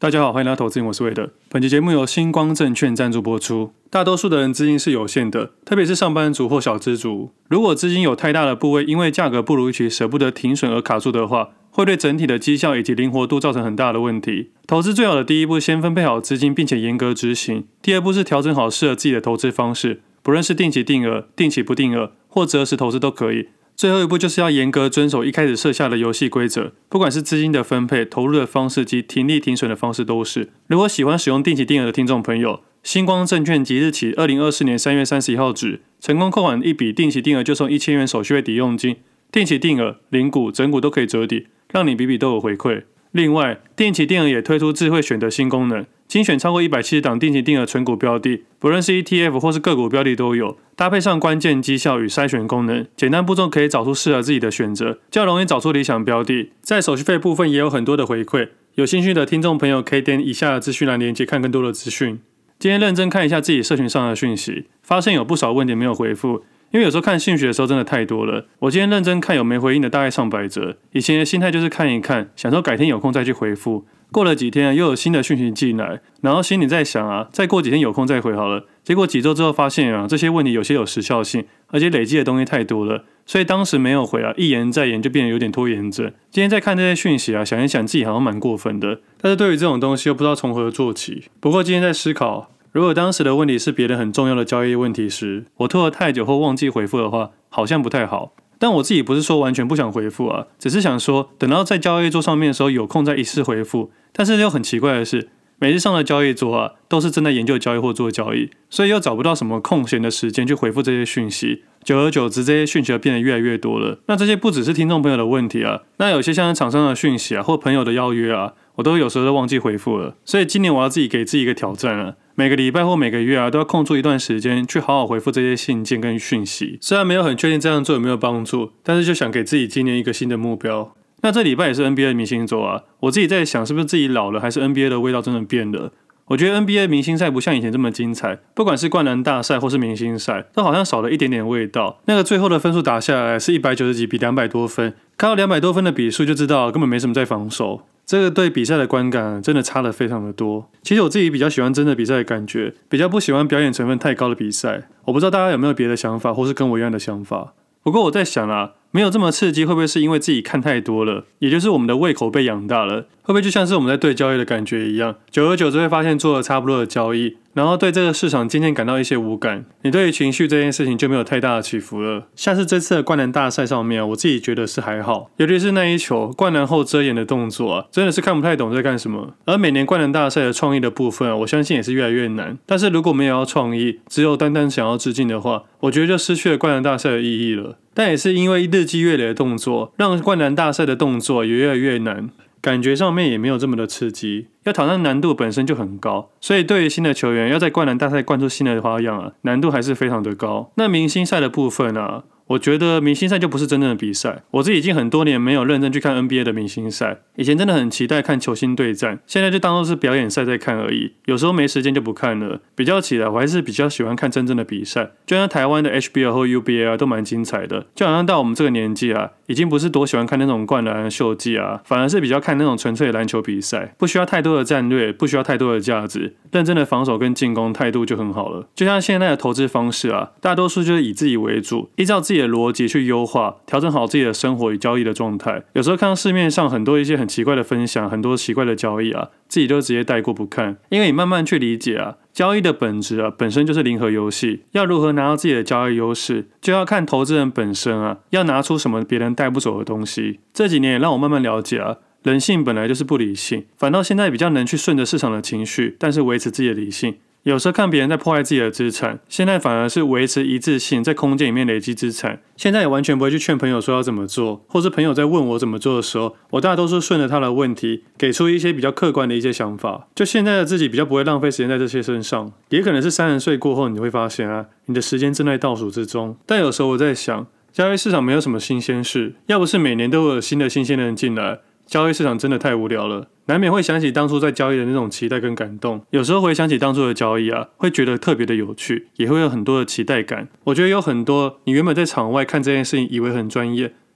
大家好，欢迎来到投资人，我是魏德。本期节目由星光证券赞助播出。大多数的人资金是有限的，特别是上班族或小资族。如果资金有太大的部位因为价格不如预期舍不得停损而卡住的话，会对整体的绩效以及灵活度造成很大的问题。投资最好的第一步，先分配好资金，并且严格执行。第二步是调整好适合自己的投资方式，不论是定期定额、定期不定额或择时投资都可以。最后一步就是要严格遵守一开始设下的游戏规则，不管是资金的分配、投入的方式及停利停损的方式都是。如果喜欢使用定期定额的听众朋友，星光证券即日起2024年3月31号止，成功扣款一笔定期定额就送1000元手续费抵用金，定期定额、零股、整股都可以折抵，让你笔笔都有回馈。另外，定期定额也推出智慧选择新功能，精选超过170档定期定额存股标的，不论是 ETF 或是个股标的都有，搭配上关键绩效与筛选功能，简单步骤可以找出适合自己的选择，较容易找出理想标的。在手续费部分也有很多的回馈，有兴趣的听众朋友可以点以下的资讯栏连结看更多的资讯。今天认真看一下自己社群上的讯息，发现有不少问题没有回复。因为有时候看讯息的时候真的太多了，我今天认真看有没回应的大概上百则。以前的心态就是看一看，想说改天有空再去回复。过了几天又有新的讯息进来，然后心里在想再过几天有空再回好了。结果几周之后发现这些问题有些有时效性，而且累积的东西太多了，所以当时没有回一言再言就变得有点拖延症。今天在看这些讯息想一想自己好像蛮过分的，但是对于这种东西又不知道从何做起。不过今天在思考，如果当时的问题是别人很重要的交易问题时，我拖了太久或忘记回复的话，好像不太好。但我自己不是说完全不想回复只是想说等到在交易桌上面的时候有空再一次回复。但是又很奇怪的是，每日上的交易桌都是正在研究交易或做交易，所以又找不到什么空闲的时间去回复这些讯息。久而久之，这些讯息变得越来越多了。那这些不只是听众朋友的问题那有些像是厂商的讯息或朋友的邀约我都有时候都忘记回复了。所以今年我要自己给自己一个挑战每个礼拜或每个月都要空出一段时间去好好回复这些信件跟讯息。虽然没有很确定这样做有没有帮助，但是就想给自己今年一个新的目标。那这礼拜也是 NBA 的明星周我自己在想是不是自己老了，还是 NBA 的味道真的变了。我觉得 NBA 明星赛不像以前这么精彩，不管是灌篮大赛或是明星赛，都好像少了一点点味道。那个最后的分数打下来是190几比200多分，看到200多分的比数就知道根本没什么在防守。这个对比赛的观感真的差得非常的多。其实我自己比较喜欢真的比赛的感觉，比较不喜欢表演成分太高的比赛。我不知道大家有没有别的想法，或是跟我一样的想法。不过我在想没有这么刺激，会不会是因为自己看太多了，也就是我们的胃口被养大了？会不会就像是我们在对交易的感觉一样，久而久之会发现做了差不多的交易，然后对这个市场渐渐感到一些无感，你对于情绪这件事情就没有太大的起伏了。像是这次的灌篮大赛上面我自己觉得是还好，尤其是那一球灌篮后遮掩的动作真的是看不太懂在干什么。而每年灌篮大赛的创意的部分我相信也是越来越难。但是如果没有要创意，只有单单想要致敬的话，我觉得就失去了灌篮大赛的意义了。但也是因为日积月累的动作，让灌篮大赛的动作也越来越难，感觉上面也没有这么的刺激，要挑战难度本身就很高，所以对于新的球员要在灌篮大赛灌出新的花样难度还是非常的高。那明星赛的部分我觉得明星赛就不是真正的比赛。我自己已经很多年没有认真去看 NBA 的明星赛，以前真的很期待看球星对战，现在就当作是表演赛在看而已，有时候没时间就不看了。比较起来我还是比较喜欢看真正的比赛，就像台湾的 HBL 或 UBA 都蛮精彩的。就好像到我们这个年纪已经不是多喜欢看那种灌篮秀技反而是比较看那种纯粹的篮球比赛，不需要太多的战略，不需要太多的价值，认真的防守跟进攻态度就很好了。就像现在的投资方式大多数就是以自己为主，依照自己的逻辑去优化，调整好自己的生活与交易的状态。有时候看到市面上很多一些很奇怪的分享，很多奇怪的交易自己就直接带过不看。因为你慢慢去理解交易的本质本身就是零和游戏，要如何拿到自己的交易优势，就要看投资人本身要拿出什么别人带不走的东西。这几年也让我慢慢了解人性本来就是不理性，反倒现在比较能去顺着市场的情绪，但是维持自己的理性。有时候看别人在破坏自己的资产，现在反而是维持一致性，在空间里面累积资产。现在也完全不会去劝朋友说要怎么做，或是朋友在问我怎么做的时候，我大多数顺着他的问题，给出一些比较客观的一些想法。就现在的自己比较不会浪费时间在这些身上，也可能是30岁过后你会发现你的时间正在倒数之中。但有时候我在想，交易市场没有什么新鲜事，要不是每年都有新的人进来，交易市场真的太无聊了。难免会想起当初在交易的那种期待跟感动，有时候回想起当初的交易会觉得特别的有趣，也会有很多的期待感。我觉得有很多你原本在场外看这件事情以为很专业，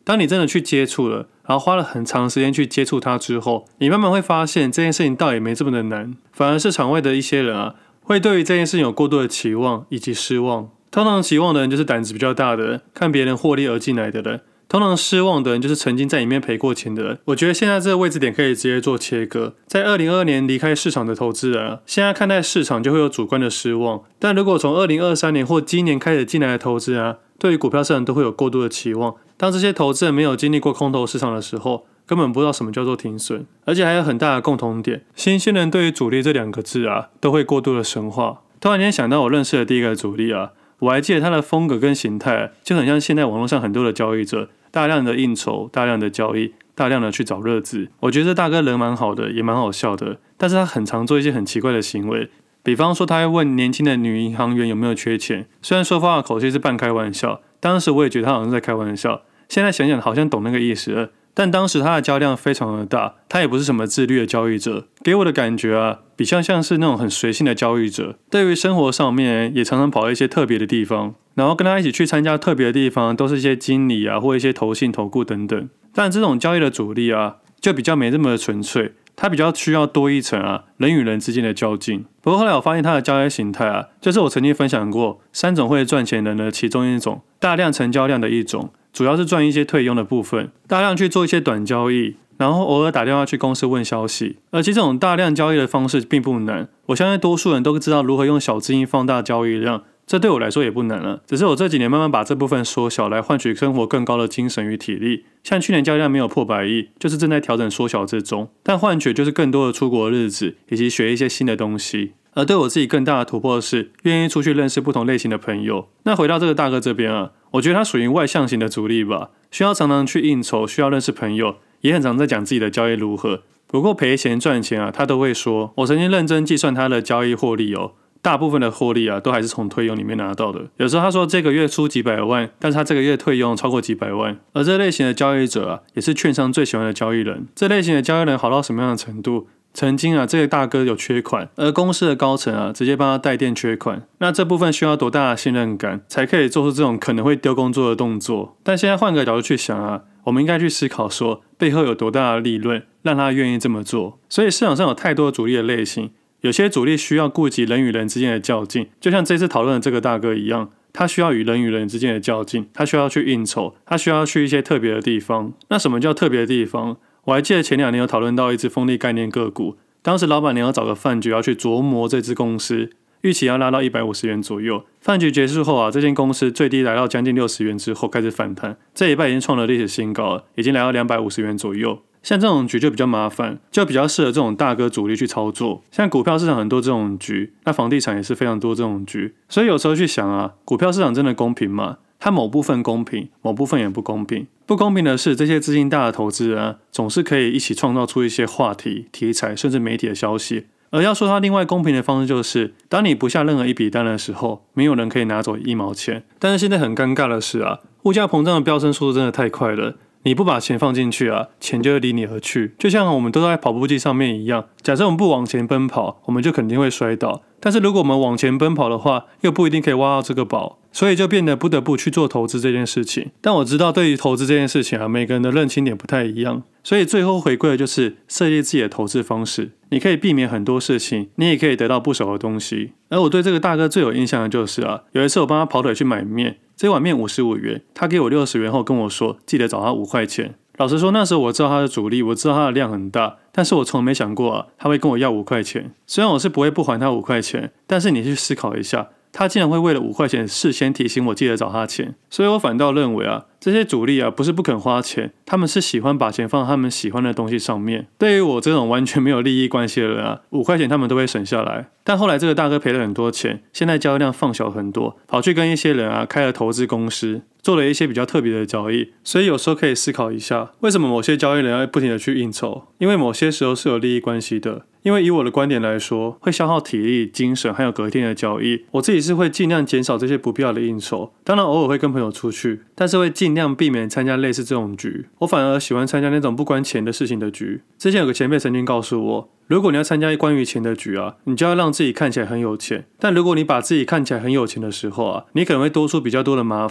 当你真的去接触了，然后花了很长时间去接触它之后，你慢慢会发现这件事情倒也没这么的难，反而是场外的一些人啊，会对于这件事情有过多的期望以及失望。通常期望的人就是胆子比较大的人，看别人获利而进来的人。通常失望的人就是曾经在里面赔过钱的人。我觉得现在这个位置点可以直接做切割。在2022年离开市场的投资人啊，现在看待市场就会有主观的失望。但如果从2023年或今年开始进来的投资人啊，对于股票市场都会有过度的期望。当这些投资人没有经历过空头市场的时候，根本不知道什么叫做停损。而且还有很大的共同点，新鲜人对于主力这2个字啊，都会过度的神化。突然间想到我认识的第一个主力啊，我还记得他的风格跟形态就很像现在网络上很多的交易者，大量的应酬，大量的交易，大量的去找热字。我觉得这大哥人蛮好的，也蛮好笑的，但是他很常做一些很奇怪的行为，比方说他会问年轻的女银行员有没有缺钱，虽然说话的口气是半开玩笑，当时我也觉得他好像是在开玩笑，现在想想好像懂那个意思了。但当时他的交易量非常的大，他也不是什么自律的交易者，给我的感觉啊，比较像是那种很随性的交易者。对于生活上面也常常跑一些特别的地方，然后跟他一起去参加特别的地方，都是一些经理啊或一些投信投顾等等。但这种交易的主力啊，就比较没这么的纯粹，他比较需要多一层啊人与人之间的交劲。不过后来我发现他的交易形态啊，就是我曾经分享过3种会赚钱人的其中一种，大量成交量的一种，主要是赚一些退佣的部分，大量去做一些短交易，然后偶尔打电话去公司问消息。而且这种大量交易的方式并不难，我相信多数人都知道如何用小资金放大交易量，这对我来说也不难了，只是我这几年慢慢把这部分缩小，来换取生活更高的精神与体力。像去年交易量没有破100亿，就是正在调整缩小之中，但换取就是更多的出国的日子，以及学一些新的东西。而对我自己更大的突破是，愿意出去认识不同类型的朋友。那回到这个大哥这边啊，我觉得他属于外向型的主力吧，需要常常去应酬，需要认识朋友，也很常在讲自己的交易如何。不过赔钱赚钱啊，他都会说。我曾经认真计算他的交易获利哦，大部分的获利啊，都还是从退佣里面拿到的。有时候他说这个月出几百万，但是他这个月退佣超过几百万。而这类型的交易者啊，也是券商最喜欢的交易人。这类型的交易人好到什么样的程度？曾经啊，这个大哥有缺款，而公司的高层啊，直接帮他代垫缺款。那这部分需要多大的信任感，才可以做出这种可能会丢工作的动作？但现在换个角度去想啊，我们应该去思考说，背后有多大的利润，让他愿意这么做。所以市场上有太多主力的类型，有些主力需要顾及人与人之间的较劲，就像这次讨论的这个大哥一样，他需要与人与人之间的较劲，他需要去应酬，他需要去一些特别的地方。那什么叫特别的地方？我还记得前2年有讨论到一只风力概念个股，当时老板娘要找个饭局要去琢磨这支公司，预期要拉到150元左右。饭局结束后啊，这间公司最低来到将近60元之后开始反弹，这一拜已经创了历史新高了，已经来到250元左右。像这种局就比较麻烦，就比较适合这种大哥主力去操作。像股票市场很多这种局，那房地产也是非常多这种局。所以有时候去想啊，股票市场真的公平吗？它某部分公平，某部分也不公平。不公平的是，这些资金大的投资人啊，总是可以一起创造出一些话题、题材，甚至媒体的消息。而要说它另外公平的方式，就是当你不下任何一笔单的时候，没有人可以拿走1毛钱。但是现在很尴尬的是啊，物价膨胀的飙升速度真的太快了。你不把钱放进去啊，钱就会离你而去。就像我们都在跑步机上面一样，假设我们不往前奔跑，我们就肯定会摔倒。但是如果我们往前奔跑的话，又不一定可以挖到这个宝，所以就变得不得不去做投资这件事情。但我知道对于投资这件事情啊，每个人的认清点不太一样，所以最后回归的就是设计自己的投资方式。你可以避免很多事情，你也可以得到不少的东西。而我对这个大哥最有印象的就是啊，有一次我帮他跑腿去买面，这碗面55元，他给我60元后跟我说，记得找他5块钱。老实说，那时候我知道他的主力，我知道他的量很大，但是我从没想过啊，他会跟我要5块钱。虽然我是不会不还他5块钱，但是你去思考一下，他竟然会为了5块钱事先提醒我记得找他钱。所以我反倒认为啊，这些主力啊不是不肯花钱，他们是喜欢把钱放在他们喜欢的东西上面。对于我这种完全没有利益关系的人啊，5块钱他们都会省下来。但后来这个大哥赔了很多钱，现在交易量放小很多，跑去跟一些人啊开了投资公司，做了一些比较特别的交易。所以有时候可以思考一下，为什么某些交易人要不停的去应酬？因为某些时候是有利益关系的。因为以我的观点来说，会消耗体力、精神，还有隔天的交易。我自己是会尽量减少这些不必要的应酬，当然偶尔会跟朋友出去，但是会尽量避免参加类似这种局。我反而喜欢参加那种不关钱的事情的局。之前有个前辈曾经告诉我，如果你要参加关于钱的局啊，你就要让自己看起来很有钱。但如果你把自己看起来很有钱的时候啊，你可能会多出比较多的麻烦，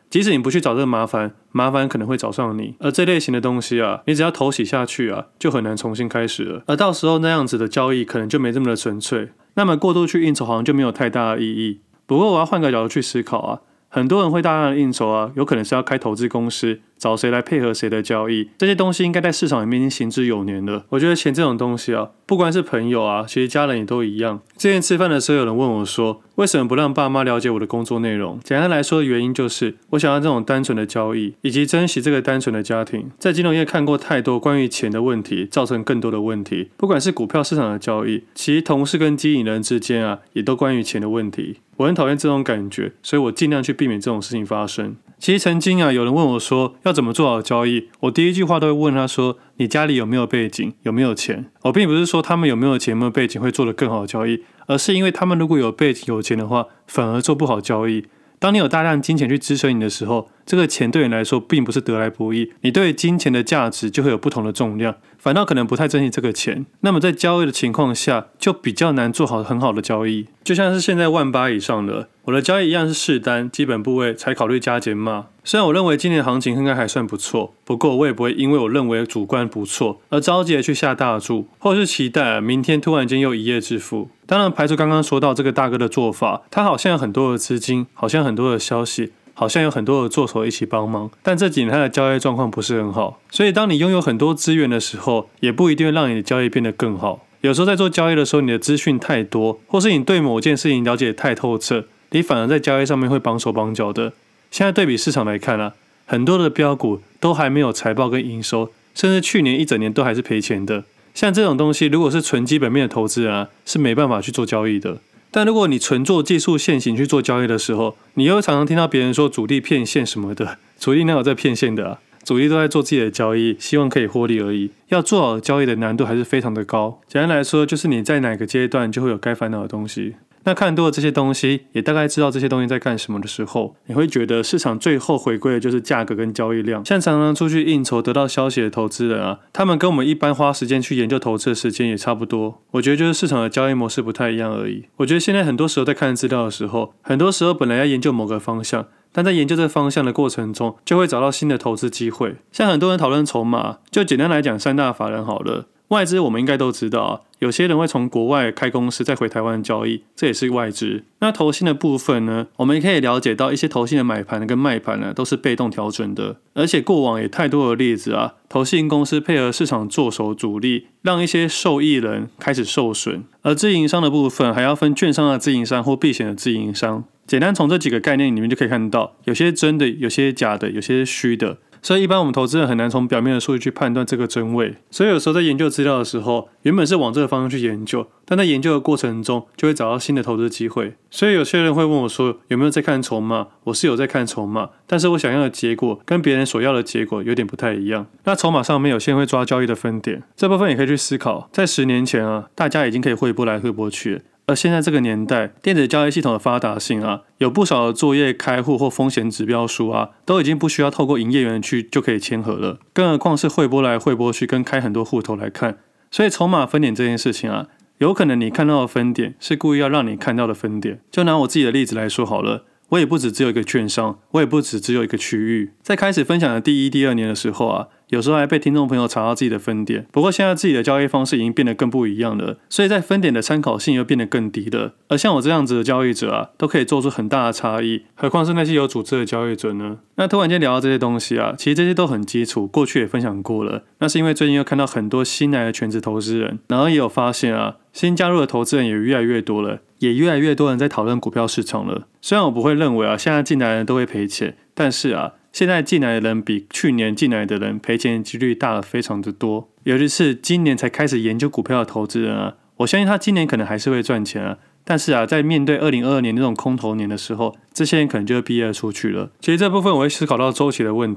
即使你不去找这个麻烦，麻烦可能会找上你。而这类型的东西啊，你只要头洗下去啊，就很难重新开始了。而到时候那样子的交易可能就没这么的纯粹，那么过度去应酬好像就没有太大的意义。不过我要换个角度去思考啊，很多人会大量的应酬啊，有可能是要开投资公司，找谁来配合谁的交易，这些东西应该在市场里面已经行之有年了。我觉得钱这种东西啊，不管是朋友啊，其实家人也都一样。之前吃饭的时候有人问我说，为什么不让爸妈了解我的工作内容？简单来说，原因就是我想要这种单纯的交易，以及珍惜这个单纯的家庭。在金融业看过太多关于钱的问题，造成更多的问题。不管是股票市场的交易，其同事跟经理人之间啊，也都关于钱的问题。我很讨厌这种感觉，所以我尽量去避免这种事情发生。其实曾经啊，有人问我说要怎么做好交易，我第一句话都会问他说，你家里有没有背景，有没有钱？我并不是说他们有没有钱有没有背景会做得更好的交易，而是因为他们如果有背景有钱的话，反而做不好交易。当你有大量金钱去支撑你的时候，这个钱对你来说并不是得来不易，你对金钱的价值就会有不同的重量，反倒可能不太珍惜这个钱。那么在交易的情况下，就比较难做好很好的交易。就像是现在18000以上的，我的交易一样是试单，基本部位才考虑加减码。虽然我认为今年行情应该还算不错，不过我也不会因为我认为主观不错而着急的去下大注，或是期待明天突然间又一夜致富。当然排除刚刚说到这个大哥的做法，他好像有很多的资金，好像很多的消息，好像有很多的做手一起帮忙，但这几年他的交易状况不是很好，所以当你拥有很多资源的时候，也不一定会让你的交易变得更好。有时候在做交易的时候，你的资讯太多，或是你对某件事情了解太透彻，你反而在交易上面会绑手绑脚的。现在对比市场来看啊，很多的标股都还没有财报跟营收，甚至去年一整年都还是赔钱的。像这种东西，如果是纯基本面的投资人啊，是没办法去做交易的。但如果你纯做技术线型去做交易的时候，你又常常听到别人说主力骗线什么的，主力哪有在骗线的啊？主力都在做自己的交易，希望可以获利而已。要做好交易的难度还是非常的高。简单来说，就是你在哪个阶段就会有该烦恼的东西。那看多了这些东西，也大概知道这些东西在干什么的时候，你会觉得市场最后回归的就是价格跟交易量。像常常出去应酬得到消息的投资人啊，他们跟我们一般花时间去研究投资的时间也差不多。我觉得就是市场的交易模式不太一样而已。我觉得现在很多时候在看资料的时候，很多时候本来要研究某个方向，但在研究这个方向的过程中，就会找到新的投资机会。像很多人讨论筹码，就简单来讲三大法人好了。外资我们应该都知道啊，有些人会从国外开公司再回台湾交易，这也是外资。那投信的部分呢，我们也可以了解到一些投信的买盘跟卖盘呢，都是被动调整的，而且过往也太多的例子啊，投信公司配合市场做手主力，让一些受益人开始受损。而自营商的部分还要分券商的自营商或避险的自营商。简单从这几个概念里面就可以看到，有些真的，有些假的，有些虚的。所以一般我们投资人很难从表面的数据去判断这个真伪，所以有时候在研究资料的时候，原本是往这个方向去研究，但在研究的过程中就会找到新的投资机会。所以有些人会问我说，有没有在看筹码？我是有在看筹码，但是我想要的结果跟别人所要的结果有点不太一样。那筹码上面有些人会抓交易的分点，这部分也可以去思考。在10年前啊，大家已经可以汇拨来汇拨去了。而现在这个年代，电子交易系统的发达性啊，有不少的作业开户或风险指标书啊，都已经不需要透过营业员去就可以签合了，更何况是汇拨来汇拨去跟开很多户头来看。所以筹码分点这件事情啊，有可能你看到的分点是故意要让你看到的分点。就拿我自己的例子来说好了，我也不只有一个券商，我也不只有一个区域。在开始分享的第1、第2年的时候啊，有时候还被听众朋友查到自己的分点。不过现在自己的交易方式已经变得更不一样了，所以在分点的参考性又变得更低了。而像我这样子的交易者啊，都可以做出很大的差异，何况是那些有组织的交易者呢？那突然间聊到这些东西啊，其实这些都很基础，过去也分享过了。那是因为最近又看到很多新来的全职投资人，然后也有发现啊，新加入的投资人也越来越多了，也越来越多人在讨论股票市场了。虽然我不会认为啊，现在进来的人都会赔钱，但是啊，现在进来的人比去年进来的人赔钱的几率大了非常的多。尤其是今年才开始研究股票的投资人啊，我相信他今年可能还是会赚钱啊，但是啊，在面对2022年那种空头年的时候，这些人可能就会毕业出去了。其实这部分我会思考到周期的问题。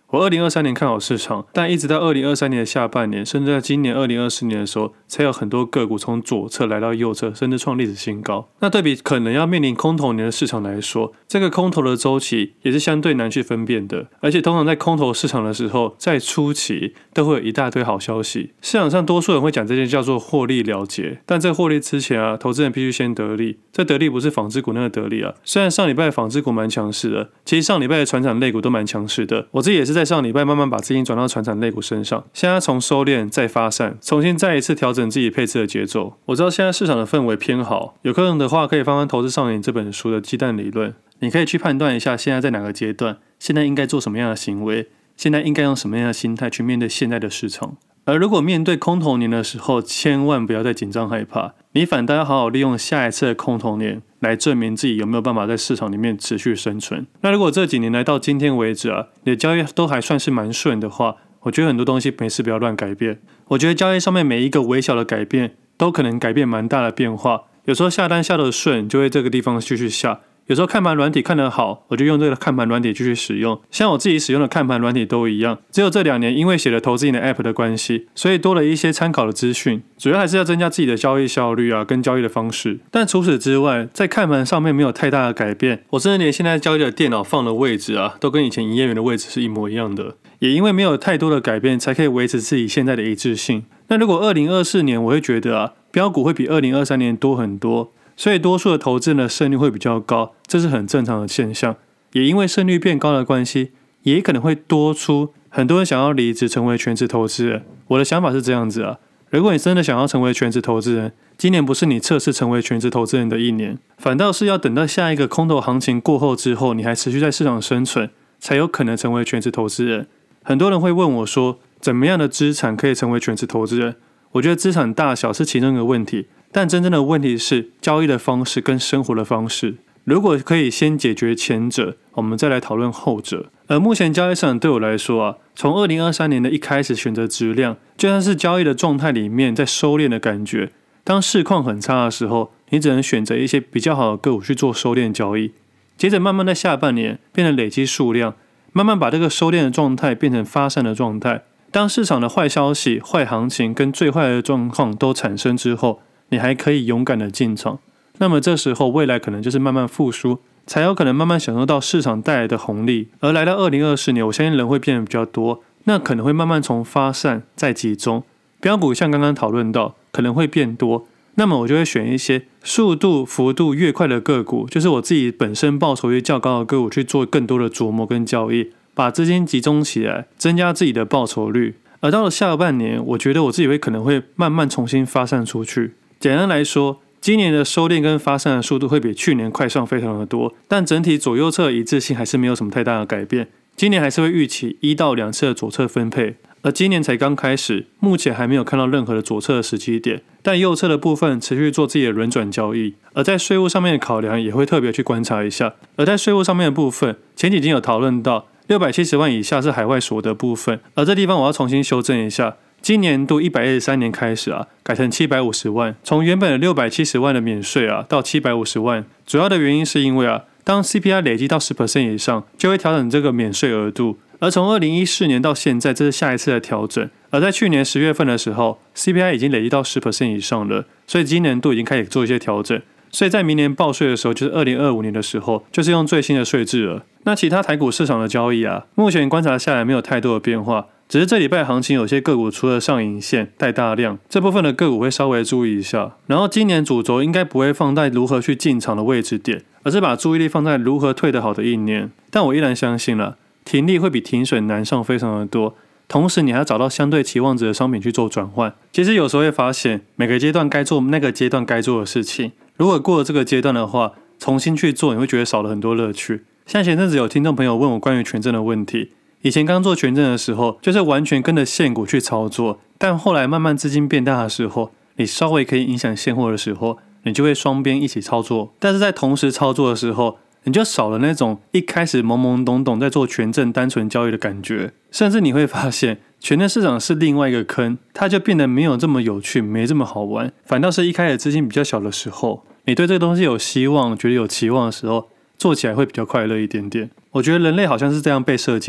我2023年看好市场，但一直到2023年的下半年，甚至在今年2024年的时候，才有很多个股从左侧来到右侧，甚至创历史新高。那对比可能要面临空头年的市场来说，这个空头的周期也是相对难去分辨的。而且通常在空头市场的时候，在初期都会有一大堆好消息。市场上多数人会讲这件叫做获利了结，但在获利之前啊，投资人必须先得利。这得利不是纺织股那个得利啊，虽然上礼拜的纺织股蛮强势的，其实上礼拜的传产类股都蛮强势的。我自己也是在上礼拜慢慢把资金转到传产类股身上，现在从收敛再发散，重新再一次调整自己配置的节奏。我知道现在市场的氛围偏好，有客人的话可以翻翻《投资少年》这本书的鸡蛋理论，你可以去判断一下现在在哪个阶段，现在应该做什么样的行为，现在应该用什么样的心态去面对现在的市场。而如果面对空头年的时候，千万不要再紧张害怕，你反倒要好好利用下一次的空头年来证明自己有没有办法在市场里面持续生存。那如果这几年来到今天为止啊，你的交易都还算是蛮顺的话，我觉得很多东西没事不要乱改变。我觉得交易上面每一个微小的改变都可能改变蛮大的变化。有时候下单下得顺，就会这个地方继续下。有时候看盘软体看得好，我就用这个看盘软体继续使用。像我自己使用的看盘软体都一样，只有这2年因为写了投资型的 App 的关系，所以多了一些参考的资讯，主要还是要增加自己的交易效率啊，跟交易的方式。但除此之外，在看盘上面没有太大的改变，我甚至连现在交易的电脑放的位置啊，都跟以前营业员的位置是一模一样的。也因为没有太多的改变，才可以维持自己现在的一致性。那如果2024年，我会觉得啊，标股会比2023年多很多。所以多数的投资人的胜率会比较高，这是很正常的现象。也因为胜率变高的关系，也可能会多出很多人想要离职成为全职投资人。我的想法是这样子啊，如果你真的想要成为全职投资人，今年不是你测试成为全职投资人的一年，反倒是要等到下一个空头行情过后之后，你还持续在市场生存，才有可能成为全职投资人。很多人会问我说，怎么样的资产可以成为全职投资人？我觉得资产大小是其中一个问题，但真正的问题是交易的方式跟生活的方式。如果可以先解决前者，我们再来讨论后者。而目前交易市场对我来说啊，从2023年的一开始选择质量，就像是交易的状态里面在收敛的感觉。当市况很差的时候，你只能选择一些比较好的个股去做收敛交易，接着慢慢在下半年变成累积数量，慢慢把这个收敛的状态变成发散的状态。当市场的坏消息、坏行情跟最坏的状况都产生之后，你还可以勇敢的进场，那么这时候未来可能就是慢慢复苏，才有可能慢慢享受到市场带来的红利。而来到2024年，我相信人会变得比较多，那可能会慢慢从发散再集中。标股像刚刚讨论到，可能会变多，那么我就会选一些速度、幅度越快的个股，就是我自己本身报酬率较高的个股去做更多的琢磨跟交易，把资金集中起来，增加自己的报酬率。而到了下半年，我觉得我自己可能会慢慢重新发散出去。简单来说，今年的收敛跟发散的速度会比去年快上非常的多，但整体左右侧的一致性还是没有什么太大的改变。今年还是会预期1到2次的左侧分配，而今年才刚开始，目前还没有看到任何的左侧的时机点，但右侧的部分持续做自己的轮转交易。而在税务上面的考量也会特别去观察一下。而在税务上面的部分，前几天有讨论到670万以下是海外所得部分，而这地方我要重新修正一下，今年度113年开始啊，改成750万，从原本的670万的免税啊到750万，主要的原因是因为啊，当 CPI 累积到 10% 以上，就会调整这个免税额度。而从2014年到现在，这是下一次的调整。而在去年10月份的时候 ，CPI 已经累积到 10% 以上了，所以今年度已经开始做一些调整。所以在明年报税的时候，就是2025年的时候，就是用最新的税制了。那其他台股市场的交易啊，目前观察下来没有太多的变化，只是这礼拜行情有些个股除了上影线带大量，这部分的个股会稍微注意一下。然后今年主轴应该不会放在如何去进场的位置点，而是把注意力放在如何退得好的一年。但我依然相信了，停利会比停损难上非常的多，同时你还要找到相对期望值的商品去做转换。其实有时候会发现，每个阶段该做那个阶段该做的事情，如果过了这个阶段的话，重新去做，你会觉得少了很多乐趣。像前阵子有听众朋友问我关于权证的问题，以前刚做权证的时候，就是完全跟着现股去操作，但后来慢慢资金变大的时候，你稍微可以影响现货的时候，你就会双边一起操作。但是在同时操作的时候，你就少了那种一开始懵懵懂懂在做权证单纯交易的感觉，甚至你会发现权证市场是另外一个坑，它就变得没有这么有趣，没这么好玩。反倒是一开始资金比较小的时候，你对这个东西有希望，觉得有期望的时候，做起来会比较快乐一点点。我觉得人类好像是这样被设计的，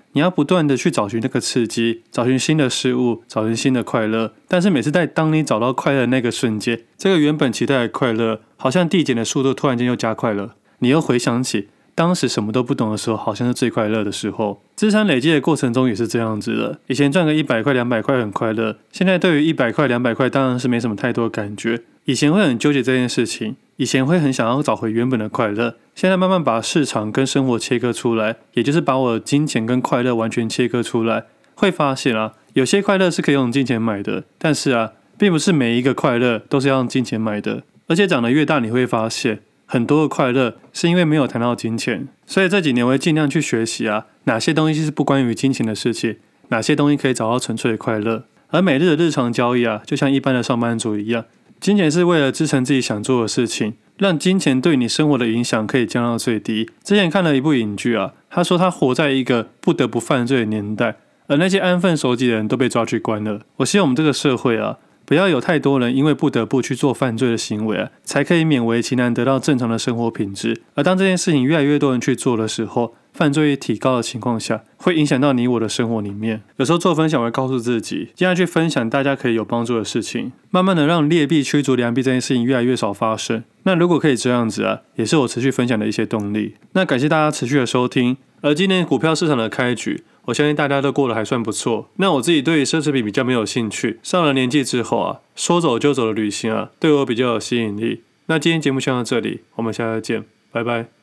你要不断的去找寻那个刺激，找寻新的事物，找寻新的快乐。但是每次当你找到快乐的那个瞬间，这个原本期待的快乐好像递减的速度突然间又加快了，你又回想起当时什么都不懂的时候，好像是最快乐的时候。资产累积的过程中也是这样子的，以前赚个100块200块很快乐，现在对于100块200块当然是没什么太多感觉。以前会很纠结这件事情，以前会很想要找回原本的快乐，现在慢慢把市场跟生活切割出来，也就是把我的金钱跟快乐完全切割出来，会发现有些快乐是可以用金钱买的，但是并不是每一个快乐都是要用金钱买的。而且长得越大，你会发现很多的快乐是因为没有谈到金钱，所以这几年我会尽量去学习哪些东西是不关于金钱的事情，哪些东西可以找到纯粹的快乐。而每日的日常交易就像一般的上班族一样，金钱是为了支撑自己想做的事情，让金钱对你生活的影响可以降到最低。之前看了一部影剧他说他活在一个不得不犯罪的年代，而那些安分守己的人都被抓去关了。我希望我们这个社会不要有太多人因为不得不去做犯罪的行为才可以勉为其难得到正常的生活品质。而当这件事情越来越多人去做的时候，犯罪率提高的情况下，会影响到你我的生活里面。有时候做分享，我会告诉自己，尽量去分享大家可以有帮助的事情，慢慢的让劣币驱逐良币这件事情越来越少发生。那如果可以这样子也是我持续分享的一些动力。那感谢大家持续的收听。而今年股票市场的开局，我相信大家都过得还算不错。那我自己对奢侈品比较没有兴趣，上了年纪之后说走就走的旅行对我比较有吸引力。那今天节目先到这里，我们下次见，拜拜。